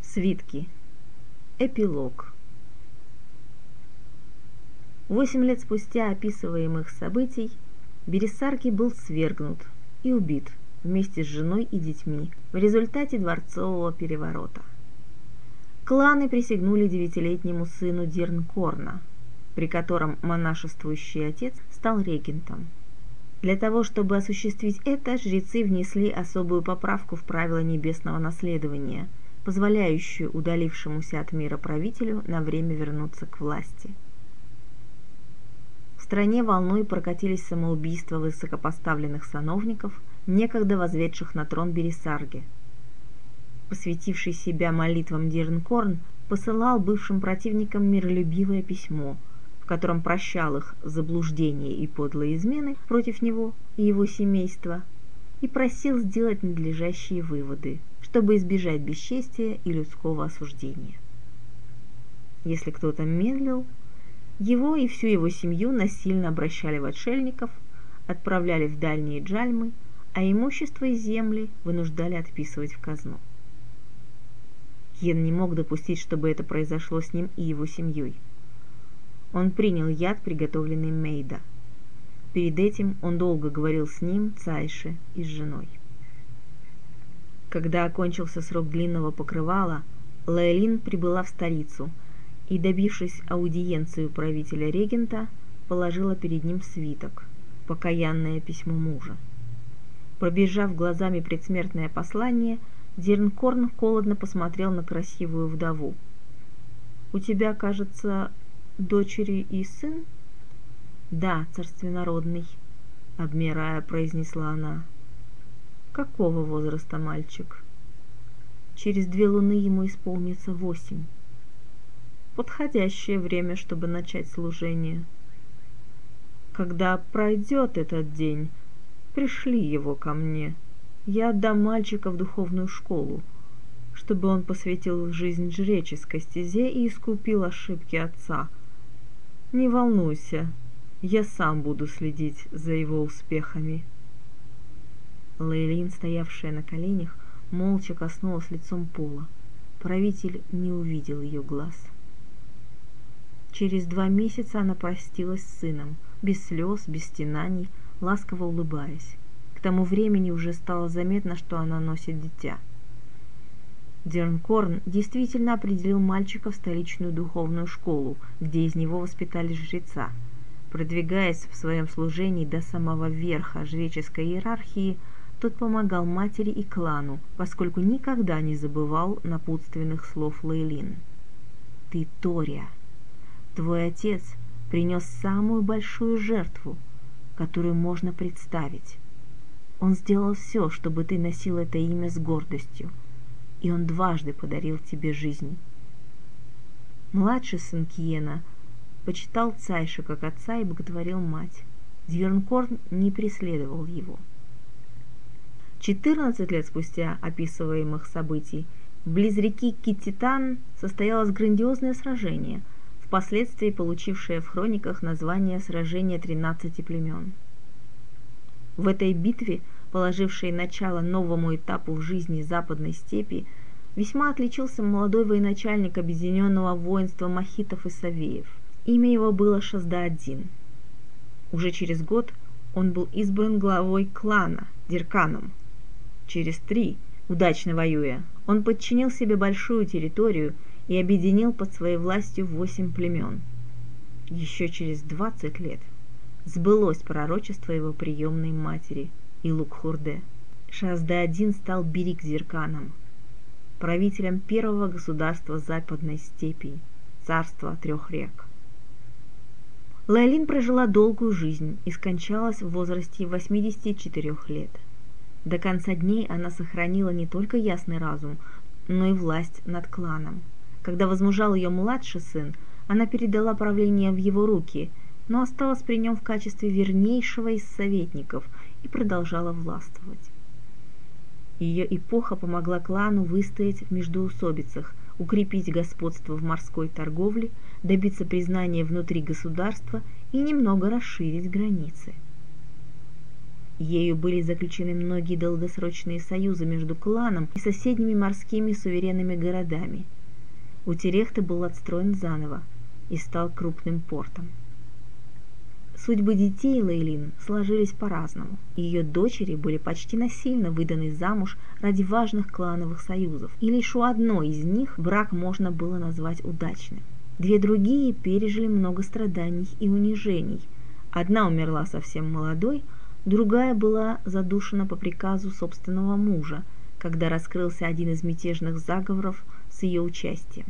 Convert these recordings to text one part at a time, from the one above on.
Свитки. Эпилог. 8 лет спустя описываемых событий Бересарки был свергнут и убит вместе с женой и детьми в результате дворцового переворота. Кланы присягнули 9-летнему сыну Дирнкорна, при котором монашествующий отец стал регентом. Для того, чтобы осуществить это, жрецы внесли особую поправку в правила небесного наследования, позволяющую удалившемуся от мира правителю на время вернуться к власти. В стране волной прокатились самоубийства высокопоставленных сановников, некогда возведших на трон Бересарги. Посвятивший себя молитвам Дирнкорн посылал бывшим противникам миролюбивое письмо, в котором прощал их заблуждения и подлые измены против него и его семейства, и просил сделать надлежащие выводы, чтобы избежать бесчестия и людского осуждения. Если кто-то медлил, его и всю его семью насильно обращали в отшельников, отправляли в дальние джальмы, а имущество и земли вынуждали отписывать в казну. Кьен не мог допустить, чтобы это произошло с ним и его семьей. Он принял яд, приготовленный Мейда. Перед этим он долго говорил с ним, Цайше и с женой. Когда окончился срок длинного покрывала, Лаэлин прибыла в столицу и, добившись аудиенции у правителя-регента, положила перед ним свиток, покаянное письмо мужа. Пробежав глазами предсмертное послание, Дирнкорн холодно посмотрел на красивую вдову. «У тебя, кажется, дочери и сын?» «Да, царственнородный», — обмирая, произнесла она. «Какого возраста мальчик?» «Через 2 луны ему исполнится 8. Подходящее время, чтобы начать служение. Когда пройдет этот день, пришли его ко мне. Я отдам мальчика в духовную школу, чтобы он посвятил жизнь жреческой стезе и искупил ошибки отца. Не волнуйся, я сам буду следить за его успехами». Лаэлин, стоявшая на коленях, молча коснулась лицом пола. Правитель не увидел ее глаз. Через 2 месяца она простилась с сыном, без слез, без стенаний, ласково улыбаясь. К тому времени уже стало заметно, что она носит дитя. Дирнкорн действительно определил мальчика в столичную духовную школу, где из него воспитали жреца. Продвигаясь в своем служении до самого верха жреческой иерархии, тот помогал матери и клану, поскольку никогда не забывал напутственных слов Лаэлин. «Ты Тория. Твой отец принес самую большую жертву, которую можно представить. Он сделал все, чтобы ты носил это имя с гордостью, и он дважды подарил тебе жизнь». Младший сын Кьена почитал Цайше как отца и боготворил мать. Дирнкорн не преследовал его. 14 лет спустя описываемых событий близ реки Кититан состоялось грандиозное сражение, впоследствии получившее в хрониках название «Сражение 13 племен». В этой битве, положившей начало новому этапу в жизни Западной степи, весьма отличился молодой военачальник объединенного воинства махитов и савеев. Имя его было Шазда-1. Уже через год он был избран главой клана, Дирканом. Через 3, удачно воюя, он подчинил себе большую территорию и объединил под своей властью 8 племен. Еще через 20 лет сбылось пророчество его приемной матери Илук-Хурде. Шазда-1 стал Берик-Дирканом, правителем первого государства Западной степи, царства 3 рек. Лаэлин прожила долгую жизнь и скончалась в возрасте 84 лет. До конца дней она сохранила не только ясный разум, но и власть над кланом. Когда возмужал ее младший сын, она передала правление в его руки, но осталась при нем в качестве вернейшего из советников и продолжала властвовать. Ее эпоха помогла клану выстоять в междоусобицах, укрепить господство в морской торговле, добиться признания внутри государства и немного расширить границы. Ею были заключены многие долгосрочные союзы между кланом и соседними морскими суверенными городами. Утерехте был отстроен заново и стал крупным портом. Судьбы детей Лейлин сложились по-разному. Ее дочери были почти насильно выданы замуж ради важных клановых союзов, и лишь у одной из них брак можно было назвать удачным. Две другие пережили много страданий и унижений. Одна умерла совсем молодой, другая была задушена по приказу собственного мужа, когда раскрылся один из мятежных заговоров с ее участием.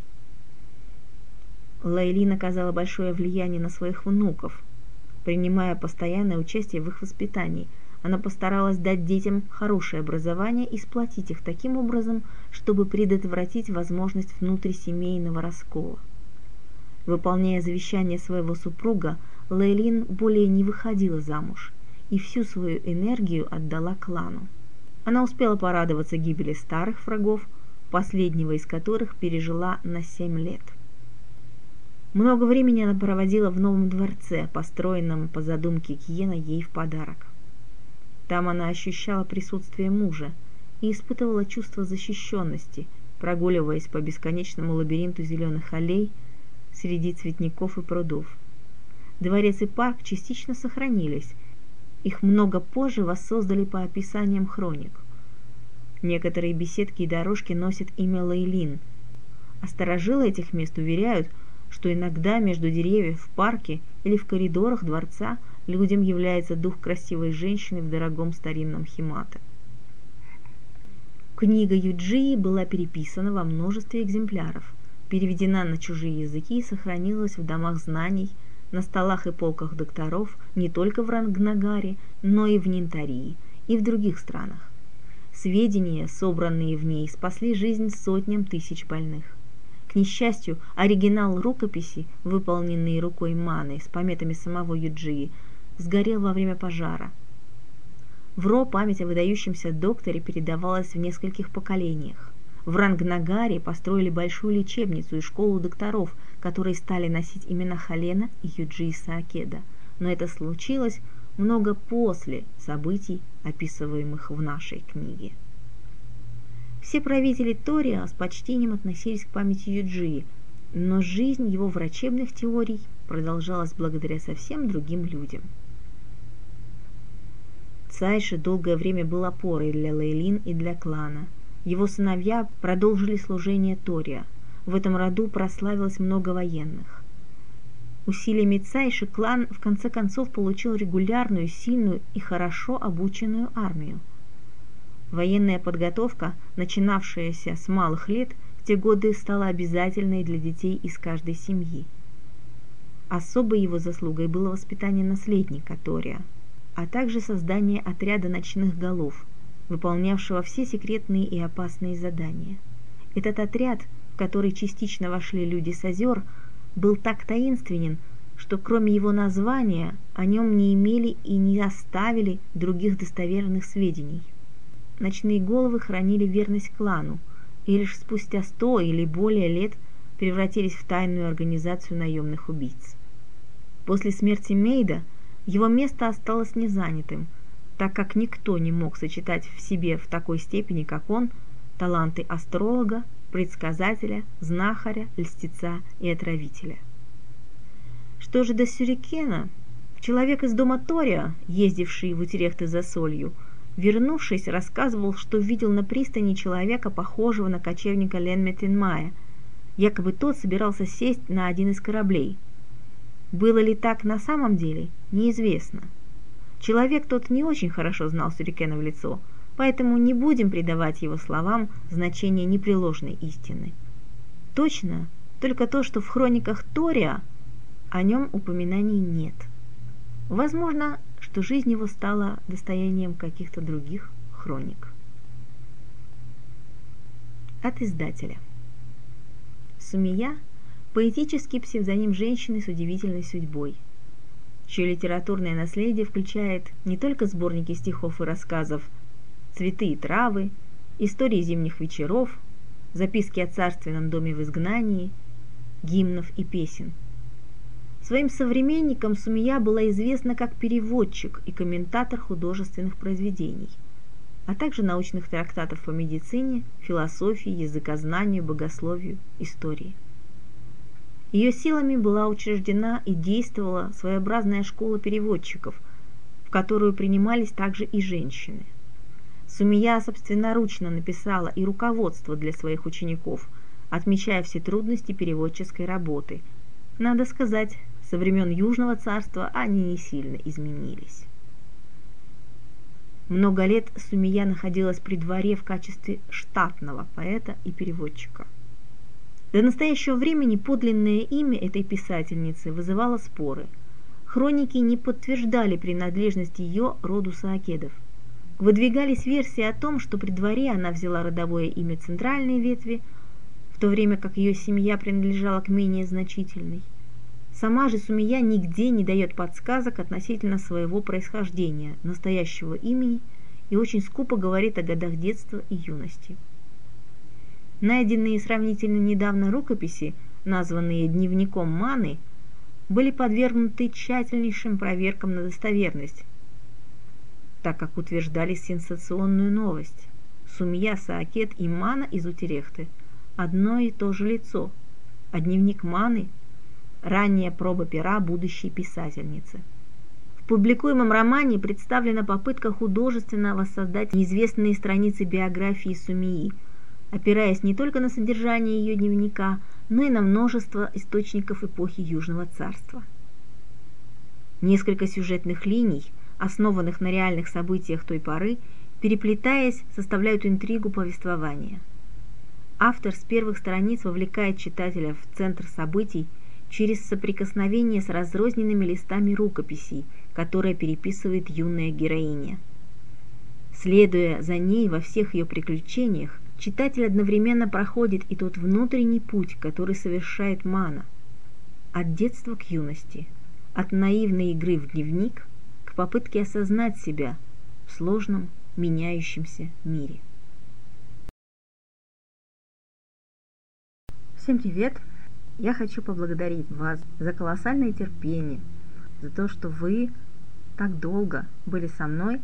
Лейлин оказала большое влияние на своих внуков. Принимая постоянное участие в их воспитании, она постаралась дать детям хорошее образование и сплотить их таким образом, чтобы предотвратить возможность внутрисемейного раскола. Выполняя завещание своего супруга, Лейлин более не выходила замуж и всю свою энергию отдала клану. Она успела порадоваться гибели старых врагов, последнего из которых пережила на 7 лет. Много времени она проводила в новом дворце, построенном по задумке Киена ей в подарок. Там она ощущала присутствие мужа и испытывала чувство защищенности, прогуливаясь по бесконечному лабиринту зеленых аллей среди цветников и прудов. Дворец и парк частично сохранились, их много позже воссоздали по описаниям хроник. Некоторые беседки и дорожки носят имя Лейлин, а старожилы этих мест уверяют, что иногда между деревьев в парке или в коридорах дворца людям является дух красивой женщины в дорогом старинном химате. Книга Юджии была переписана во множестве экземпляров, переведена на чужие языки и сохранилась в домах знаний, на столах и полках докторов не только в Рангнагаре, но и в Нинтарии и в других странах. Сведения, собранные в ней, спасли жизнь сотням тысяч больных. К несчастью, оригинал рукописи, выполненный рукой Маны с пометами самого Юджии, сгорел во время пожара. В Ро память о выдающемся докторе передавалась в нескольких поколениях. В Рангнагаре построили большую лечебницу и школу докторов, которые стали носить имена Халена и Юджии Саакеда. Но это случилось много после событий, описываемых в нашей книге. Все правители Тория с почтением относились к памяти Юджии, но жизнь его врачебных теорий продолжалась благодаря совсем другим людям. Цайши долгое время был опорой для Лейлин и для клана. Его сыновья продолжили служение Тория. В этом роду прославилось много военных. Усилиями Цайши клан в конце концов получил регулярную, сильную и хорошо обученную армию. Военная подготовка, начинавшаяся с малых лет, в те годы стала обязательной для детей из каждой семьи. Особой его заслугой было воспитание наследника Тория, а также создание отряда ночных голов, выполнявшего все секретные и опасные задания. Этот отряд, в который частично вошли люди с озер, был так таинственен, что кроме его названия о нем не имели и не оставили других достоверных сведений. Ночные головы хранили верность клану и лишь спустя 100 или более лет превратились в тайную организацию наемных убийц. После смерти Мейда его место осталось незанятым, так как никто не мог сочетать в себе в такой степени, как он, таланты астролога, предсказателя, знахаря, льстеца и отравителя. Что же до Сюрикена, человек из дома Тория, ездивший в Утерехте за солью, вернувшись, рассказывал, что видел на пристани человека, похожего на кочевника Ленметинмая. Якобы тот собирался сесть на один из кораблей. Было ли так на самом деле, неизвестно. Человек тот не очень хорошо знал Сюрикена в лицо, поэтому не будем придавать его словам значение непреложной истины. Точно только то, что в хрониках Тория о нем упоминаний нет. Возможно, что жизнь его стала достоянием каких-то других хроник. От издателя. Сумия – поэтический псевдоним женщины с удивительной судьбой, чье литературное наследие включает не только сборники стихов и рассказов «Цветы и травы», «Истории зимних вечеров», записки о царственном доме в изгнании, гимнов и песен. Своим современникам Сумия была известна как переводчик и комментатор художественных произведений, а также научных трактатов по медицине, философии, языкознанию, богословию, истории. Ее силами была учреждена и действовала своеобразная школа переводчиков, в которую принимались также и женщины. Сумия собственноручно написала и руководство для своих учеников, отмечая все трудности переводческой работы. Надо сказать, со времен Южного царства они не сильно изменились. Много лет Сумия находилась при дворе в качестве штатного поэта и переводчика. До настоящего времени подлинное имя этой писательницы вызывало споры. Хроники не подтверждали принадлежность ее роду саакедов. Выдвигались версии о том, что при дворе она взяла родовое имя центральной ветви, в то время как ее семья принадлежала к менее значительной. Сама же Сумия нигде не дает подсказок относительно своего происхождения, настоящего имени, и очень скупо говорит о годах детства и юности. Найденные сравнительно недавно рукописи, названные дневником Маны, были подвергнуты тщательнейшим проверкам на достоверность, так как утверждали сенсационную новость. Сумия Саакет и Мана из Утерехты – одно и то же лицо, а дневник Маны – ранняя проба пера будущей писательницы. В публикуемом романе представлена попытка художественно воссоздать неизвестные страницы биографии Сумии, опираясь не только на содержание ее дневника, но и на множество источников эпохи Южного царства. Несколько сюжетных линий, основанных на реальных событиях той поры, переплетаясь, составляют интригу повествования. Автор с первых страниц вовлекает читателя в центр событий через соприкосновение с разрозненными листами рукописей, которые переписывает юная героиня. Следуя за ней во всех ее приключениях, читатель одновременно проходит и тот внутренний путь, который совершает Мана. От детства к юности, от наивной игры в дневник к попытке осознать себя в сложном, меняющемся мире. Всем привет! Я хочу поблагодарить вас за колоссальное терпение, за то, что вы так долго были со мной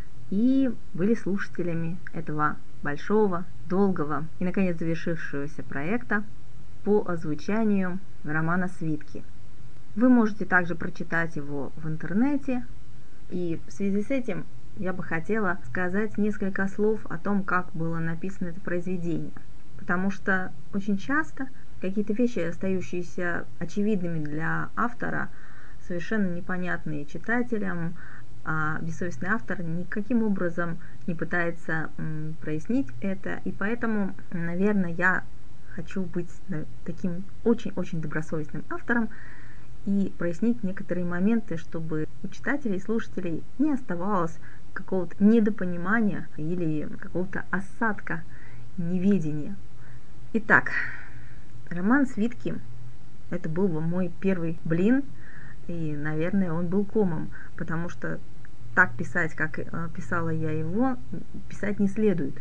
и были слушателями этого большого, долгого и, наконец, завершившегося проекта по озвучанию романа «Свитки». Вы можете также прочитать его в интернете, и в связи с этим я бы хотела сказать несколько слов о том, как было написано это произведение, потому что очень часто какие-то вещи, остающиеся очевидными для автора, совершенно непонятные читателям, а бессовестный автор никаким образом не пытается прояснить это, и поэтому, наверное, я хочу быть таким очень-очень добросовестным автором и прояснить некоторые моменты, чтобы у читателей и слушателей не оставалось какого-то недопонимания или какого-то осадка неведения. Итак, роман «Свитки» — это был бы мой первый блин, и, наверное, он был комом, потому что так писать, как писала я его, писать не следует.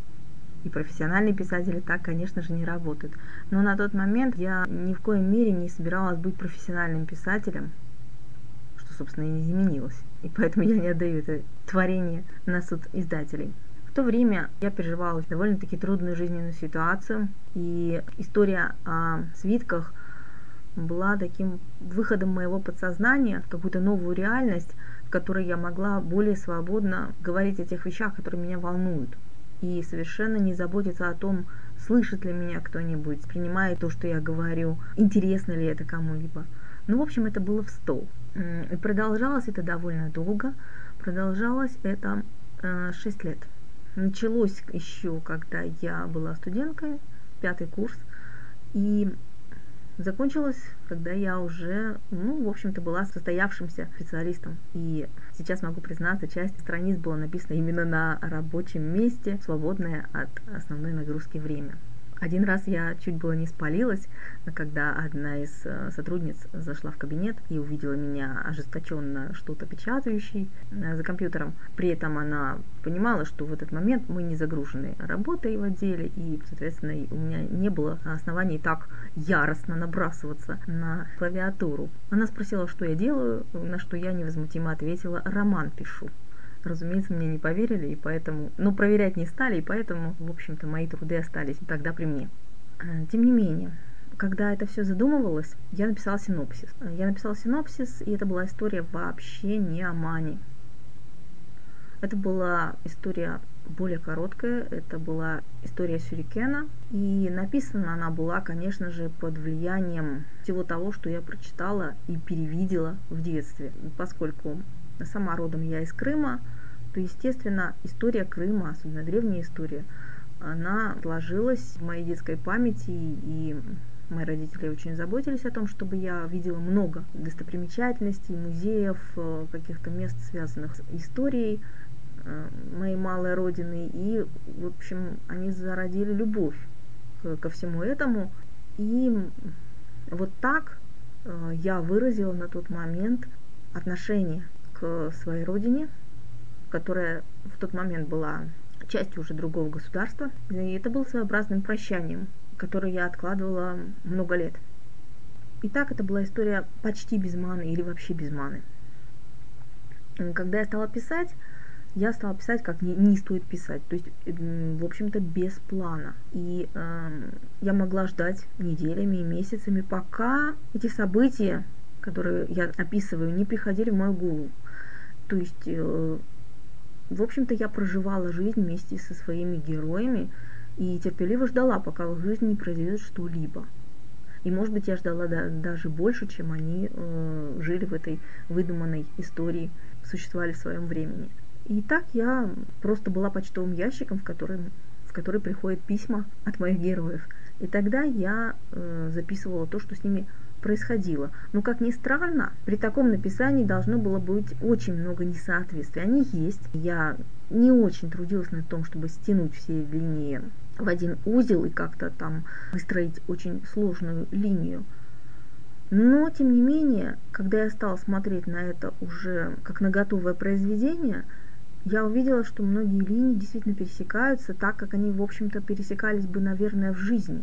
И профессиональные писатели так, конечно же, не работают. Но на тот момент я ни в коей мере не собиралась быть профессиональным писателем, что, собственно, и не изменилось. И поэтому я не отдаю это творение на суд издателей. В то время я переживала довольно-таки трудную жизненную ситуацию, и история о свитках была таким выходом моего подсознания в какую-то новую реальность, в которой я могла более свободно говорить о тех вещах, которые меня волнуют, и совершенно не заботиться о том, слышит ли меня кто-нибудь, принимает то, что я говорю, интересно ли это кому-либо. Ну, в общем, это было в стол. И продолжалось это довольно долго, продолжалось это 6 лет. Началось еще, когда я была студенткой, 5 курс, и закончилось, когда я уже, в общем-то, была состоявшимся специалистом. И сейчас могу признаться, часть страниц была написана именно на рабочем месте, свободное от основной нагрузки время. Один раз я чуть было не спалилась, когда одна из сотрудниц зашла в кабинет и увидела меня ожесточенно что-то печатающей за компьютером. При этом она понимала, что в этот момент мы не загружены работой в отделе, и, соответственно, у меня не было оснований так яростно набрасываться на клавиатуру. Она спросила, что я делаю, на что я невозмутимо ответила: роман пишу. Разумеется, мне не поверили, и поэтому, проверять не стали, и поэтому, в общем-то, мои труды остались тогда при мне. Тем не менее, когда это все задумывалось, я написала синопсис. И это была история вообще не о Мане. Это была история более короткая, это была история сюрикена, и написана она была, конечно же, под влиянием всего того, что я прочитала и перевидела в детстве, поскольку сама родом я из Крыма, то, естественно, история Крыма, особенно древняя история, она отложилась в моей детской памяти, и мои родители очень заботились о том, чтобы я видела много достопримечательностей, музеев, каких-то мест, связанных с историей моей малой родины, и, в общем, они зародили любовь ко всему этому, и вот так я выразила на тот момент отношение к своей родине, которая в тот момент была частью уже другого государства. И это было своеобразным прощанием, которое я откладывала много лет. Итак, это была история почти без маны или вообще без маны. Когда я стала писать, как не стоит писать, то есть, в общем-то, без плана. И я могла ждать неделями и месяцами, пока эти события, которые я описываю, не приходили в мою голову. То есть, в общем-то, я проживала жизнь вместе со своими героями и терпеливо ждала, пока в жизни не произойдет что-либо. И, может быть, я ждала даже больше, чем они жили в этой выдуманной истории, существовали в своем времени. И так я просто была почтовым ящиком, в который приходят письма от моих героев. И тогда я записывала то, что с ними происходило. Но, как ни странно, при таком написании должно было быть очень много несоответствий. Они есть. Я не очень трудилась над том, чтобы стянуть все линии в один узел и как-то там выстроить очень сложную линию. Но, тем не менее, когда я стала смотреть на это уже как на готовое произведение, я увидела, что многие линии действительно пересекаются так, как они, в общем-то, пересекались бы, наверное, в жизни,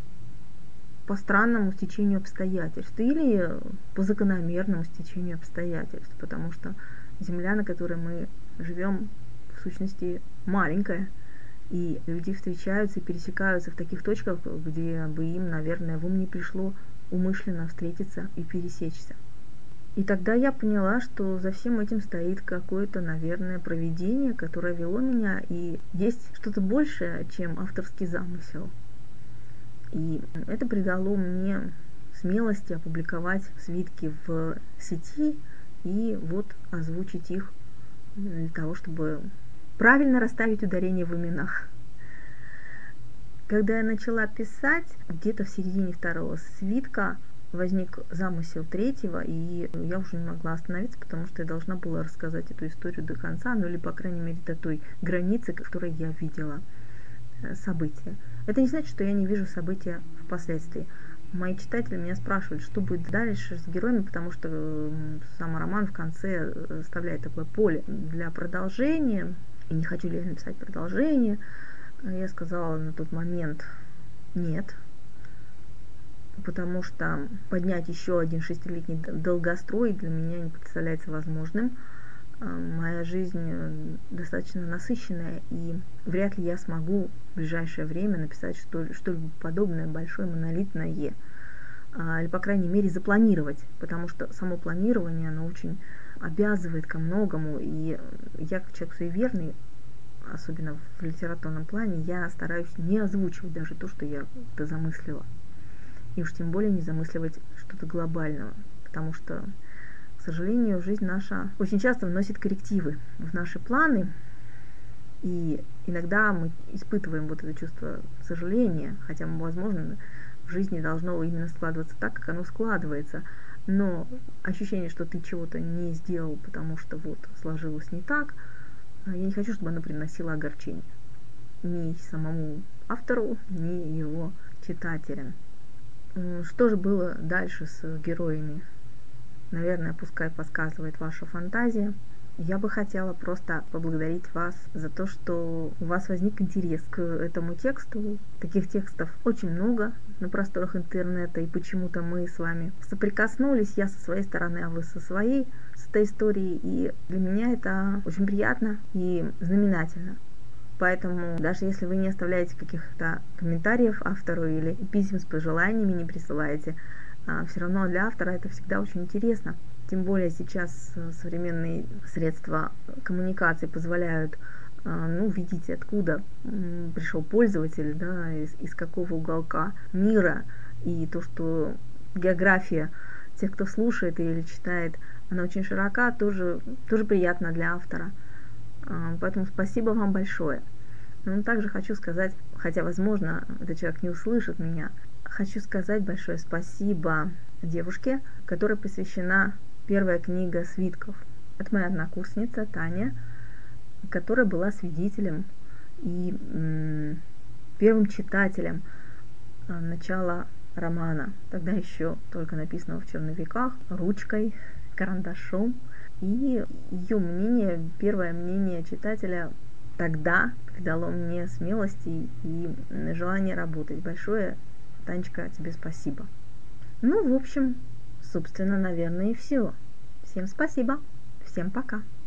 по странному стечению обстоятельств или по закономерному стечению обстоятельств, потому что земля, на которой мы живем, в сущности, маленькая, и люди встречаются и пересекаются в таких точках, где бы им, наверное, в ум не пришло умышленно встретиться и пересечься. И тогда я поняла, что за всем этим стоит какое-то, наверное, провидение, которое вело меня, и есть что-то большее, чем авторский замысел. И это придало мне смелости опубликовать свитки в сети и вот озвучить их для того, чтобы правильно расставить ударение в именах. Когда я начала писать, где-то в середине второго свитка возник замысел третьего, и я уже не могла остановиться, потому что я должна была рассказать эту историю до конца, или, по крайней мере, до той границы, которой я видела события. Это не значит, что я не вижу события впоследствии. Мои читатели меня спрашивают, что будет дальше с героями, потому что сам роман в конце оставляет такое поле для продолжения, и не хочу ли я написать продолжение. Я сказала на тот момент нет, потому что поднять еще один 6-летний долгострой для меня не представляется возможным. Моя жизнь достаточно насыщенная, и вряд ли я смогу в ближайшее время написать что-либо подобное, большое, монолитное, или, по крайней мере, запланировать, потому что само планирование, оно очень обязывает ко многому, и я, как человек суеверный, особенно в литературном плане, я стараюсь не озвучивать даже то, что я замыслила, и уж тем более не замысливать что-то глобального, потому что, к сожалению, жизнь наша очень часто вносит коррективы в наши планы, и иногда мы испытываем вот это чувство сожаления, хотя, возможно, в жизни должно именно складываться так, как оно складывается, но ощущение, что ты чего-то не сделал, потому что вот сложилось не так, я не хочу, чтобы оно приносило огорчение ни самому автору, ни его читателям. Что же было дальше с героями? Наверное, пускай подсказывает ваша фантазия. Я бы хотела просто поблагодарить вас за то, что у вас возник интерес к этому тексту. Таких текстов очень много на просторах интернета, и почему-то мы с вами соприкоснулись, я со своей стороны, а вы со своей, с этой историей, и для меня это очень приятно и знаменательно. Поэтому даже если вы не оставляете каких-то комментариев автору или писем с пожеланиями не присылаете, все равно для автора это всегда очень интересно. Тем более сейчас современные средства коммуникации позволяют видеть, откуда пришел пользователь, да, из какого уголка мира, и то, что география тех, кто слушает или читает, она очень широка, тоже приятно для автора. Поэтому спасибо вам большое. Но также хочу сказать, хотя, возможно, этот человек не услышит меня, хочу сказать большое спасибо девушке, которой посвящена первая книга свитков. Это моя однокурсница Таня, которая была свидетелем и первым читателем начала романа, тогда еще только написанного в черновиках, ручкой, карандашом. И ее мнение, первое мнение читателя тогда придало мне смелости и желание работать. Большое, Танечка, тебе спасибо. В общем, собственно, наверное, и все. Всем спасибо. Всем пока.